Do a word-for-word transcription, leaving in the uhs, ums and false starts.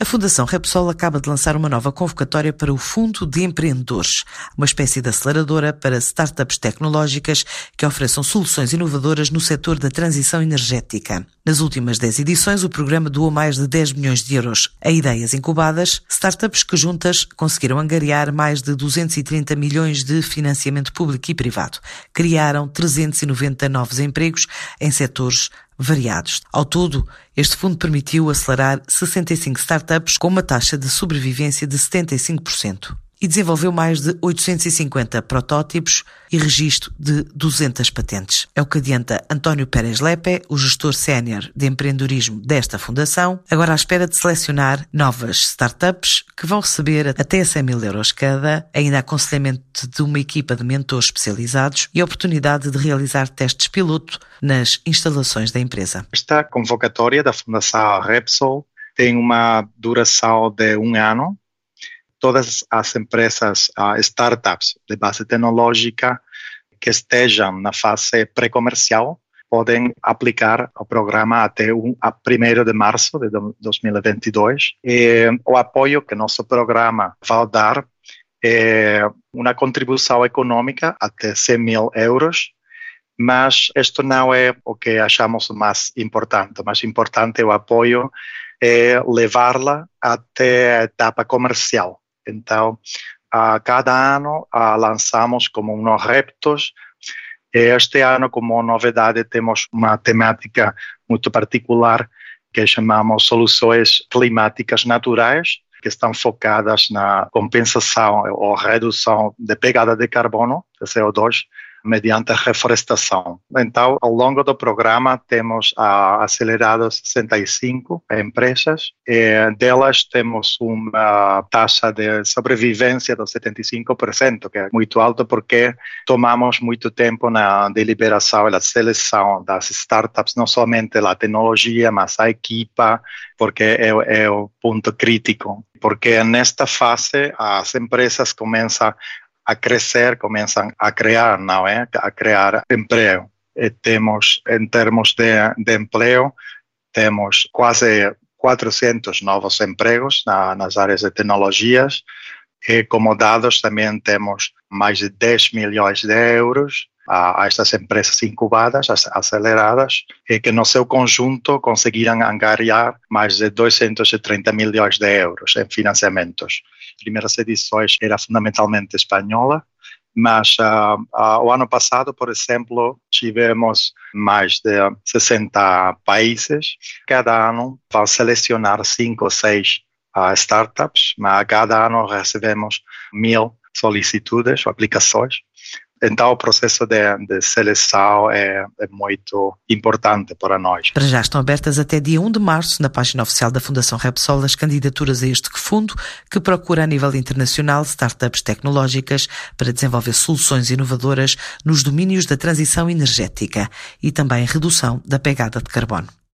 A Fundação Repsol acaba de lançar uma nova convocatória para o Fundo de Empreendedores, uma espécie de aceleradora para startups tecnológicas que ofereçam soluções inovadoras no setor da transição energética. Nas últimas dez edições, o programa doou mais de dez milhões de euros a ideias incubadas, startups que juntas conseguiram angariar mais de duzentos e trinta milhões de financiamento público e privado. Criaram trezentos e noventa novos empregos em setores variados. Ao todo, este fundo permitiu acelerar sessenta e cinco startups com uma taxa de sobrevivência de setenta e cinco por cento e desenvolveu mais de oitocentos e cinquenta protótipos e registro de duzentas patentes. É o que adianta António Pérez Lepe, o gestor sénior de empreendedorismo desta fundação, agora à espera de selecionar novas startups que vão receber até cem mil euros cada, ainda aconselhamento de uma equipa de mentores especializados e a oportunidade de realizar testes piloto nas instalações da empresa. Esta convocatória da Fundação Repsol tem uma duração de um ano. Todas as empresas, uh, startups de base tecnológica que estejam na fase pré-comercial podem aplicar o programa até o primeiro de março de dois mil e vinte e dois. E o apoio que nosso programa vai dar é uma contribuição econômica até cem mil euros, mas isto não é o que achamos mais importante. O mais importante é o apoio, é levá-la até a etapa comercial. Então, a cada ano a lançamos como uns retos. Este ano, como novidade, temos uma temática muito particular que chamamos soluções climáticas naturais, que estão focadas na compensação ou redução da pegada de carbono, de C O dois, mediante a reflorestação. Então, ao longo do programa, temos ah, acelerado sessenta e cinco empresas, e delas temos uma taxa de sobrevivência de setenta e cinco por cento, que é muito alto porque tomamos muito tempo na deliberação e na seleção das startups, não somente a tecnologia, mas a equipa, porque é, é o ponto crítico. Porque nesta fase, as empresas começam a crescer, começam a criar, não é? A criar emprego. E temos, em termos de, de emprego, temos quase quatrocentos novos empregos na, nas áreas de tecnologias e, como dados, também temos mais de dez milhões de euros a, a estas empresas incubadas, aceleradas, e que no seu conjunto conseguiram angariar mais de duzentos e trinta milhões de euros em financiamentos. As primeiras edições era fundamentalmente espanhola, mas uh, uh, o ano passado, por exemplo, tivemos mais de sessenta países. Cada ano vão selecionar cinco ou seis uh, startups, mas a cada ano recebemos mil solicitudes ou aplicações. Então, o processo de, de seleção é, é muito importante para nós. Para já estão abertas até dia um de março, na página oficial da Fundação Repsol, as candidaturas a este fundo, que procura a nível internacional startups tecnológicas para desenvolver soluções inovadoras nos domínios da transição energética e também redução da pegada de carbono.